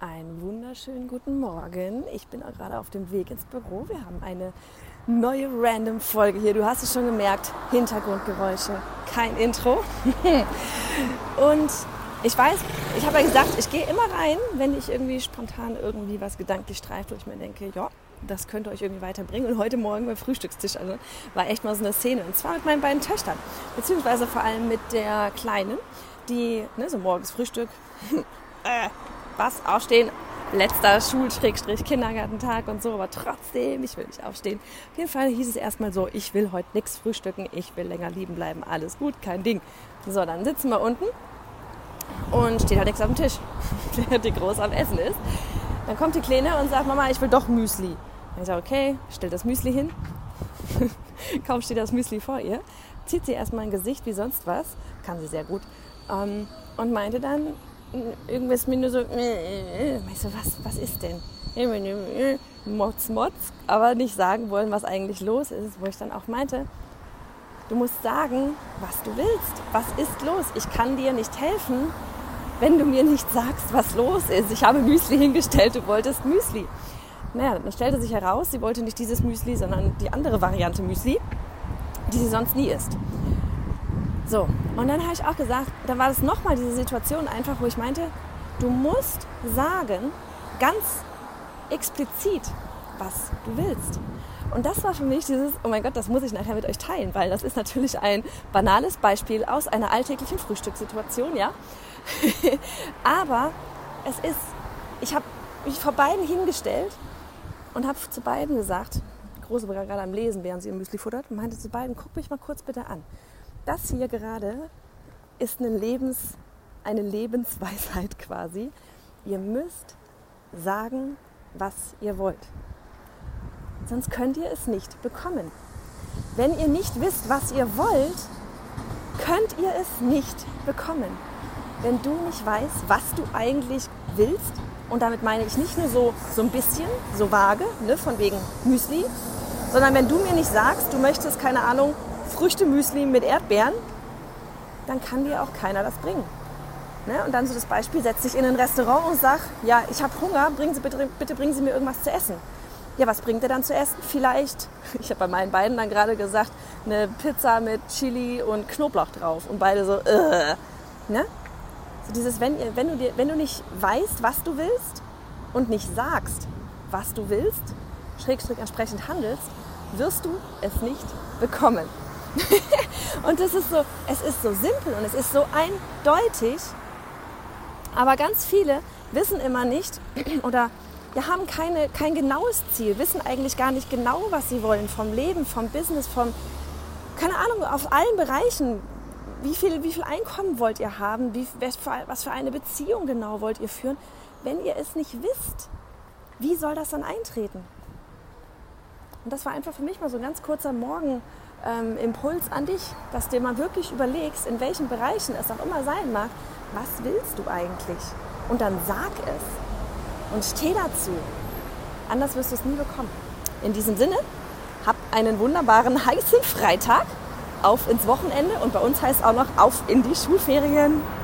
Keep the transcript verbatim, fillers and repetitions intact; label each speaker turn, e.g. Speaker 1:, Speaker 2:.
Speaker 1: Einen wunderschönen guten Morgen. Ich bin gerade auf dem Weg ins Büro. Wir haben eine neue Random-Folge hier. Du hast es schon gemerkt, Hintergrundgeräusche, kein Intro. Und ich weiß, ich habe ja gesagt, ich gehe immer rein, wenn ich irgendwie spontan irgendwie was gedanklich streift, wo ich mir denke, ja, das könnte euch irgendwie weiterbringen. Und heute Morgen beim Frühstückstisch also, war echt mal so eine Szene. Und zwar mit meinen beiden Töchtern, beziehungsweise vor allem mit der Kleinen, die, ne, so morgens Frühstück, äh, was, aufstehen, letzter Schul-Kindergartentag und so, aber trotzdem, ich will nicht aufstehen. Auf jeden Fall hieß es erstmal so, ich will heute nichts frühstücken, ich will länger liegen bleiben, alles gut, kein Ding. So, dann sitzen wir unten und steht halt nichts auf dem Tisch, während die Groß am Essen ist. Dann kommt die Kleine und sagt, Mama, ich will doch Müsli. Ich sage, okay, stell das Müsli hin. Kaum steht das Müsli vor ihr, zieht sie erstmal ein Gesicht wie sonst was, kann sie sehr gut, ähm, und meinte dann, irgendwas mir nur so, äh, äh. Ich so, was, was ist denn? Motz, Motz, aber nicht sagen wollen, was eigentlich los ist, wo ich dann auch meinte, du musst sagen, was du willst. Was ist los? Ich kann dir nicht helfen, wenn du mir nicht sagst, was los ist. Ich habe Müsli hingestellt, du wolltest Müsli. Naja, dann stellte sich heraus, sie wollte nicht dieses Müsli, sondern die andere Variante Müsli, die sie sonst nie isst. So, und dann habe ich auch gesagt, dann war das nochmal diese Situation einfach, wo ich meinte, du musst sagen, ganz explizit, was du willst. Und das war für mich dieses, oh mein Gott, das muss ich nachher mit euch teilen, weil das ist natürlich ein banales Beispiel aus einer alltäglichen Frühstückssituation, ja. Aber es ist, ich habe mich vor beiden hingestellt und habe zu beiden gesagt, die Große war gerade am Lesen, während sie ihr Müsli futtert, und meinte zu beiden, guck mich mal kurz bitte an. Das hier gerade ist eine, Lebens, eine Lebensweisheit quasi. Ihr müsst sagen, was ihr wollt. Sonst könnt ihr es nicht bekommen. Wenn ihr nicht wisst, was ihr wollt, könnt ihr es nicht bekommen. Wenn du nicht weißt, was du eigentlich willst, und damit meine ich nicht nur so, so ein bisschen, so vage, ne, von wegen Müsli, sondern wenn du mir nicht sagst, du möchtest, keine Ahnung, Früchte-Müsli mit Erdbeeren, dann kann dir auch keiner das bringen. Ne? Und dann so das Beispiel, setz dich in ein Restaurant und sag, ja, ich habe Hunger, bringen Sie bitte, bitte bringen Sie mir irgendwas zu essen. Ja, was bringt er dann zu essen? Vielleicht, ich habe bei meinen beiden dann gerade gesagt, eine Pizza mit Chili und Knoblauch drauf. Und beide so, äh. Ne? So dieses, wenn, ihr, wenn, du dir, wenn du nicht weißt, was du willst und nicht sagst, was du willst, schrägstrich entsprechend handelst, wirst du es nicht bekommen. Und das ist so, es ist so simpel und es ist so eindeutig, aber ganz viele wissen immer nicht oder ja, haben keine, kein genaues Ziel, wissen eigentlich gar nicht genau, was sie wollen vom Leben, vom Business, vom, keine Ahnung, auf allen Bereichen. Wie viel, wie viel Einkommen wollt ihr haben? Wie, was für eine Beziehung genau wollt ihr führen? Wenn ihr es nicht wisst, wie soll das dann eintreten? Und das war einfach für mich mal so ein ganz kurzer Morgen, Ähm, Impuls an dich, dass du dir mal wirklich überlegst, in welchen Bereichen es auch immer sein mag, was willst du eigentlich? Und dann sag es und steh dazu. Anders wirst du es nie bekommen. In diesem Sinne, hab einen wunderbaren, heißen Freitag, auf ins Wochenende, und bei uns heißt es auch noch auf in die Schulferien.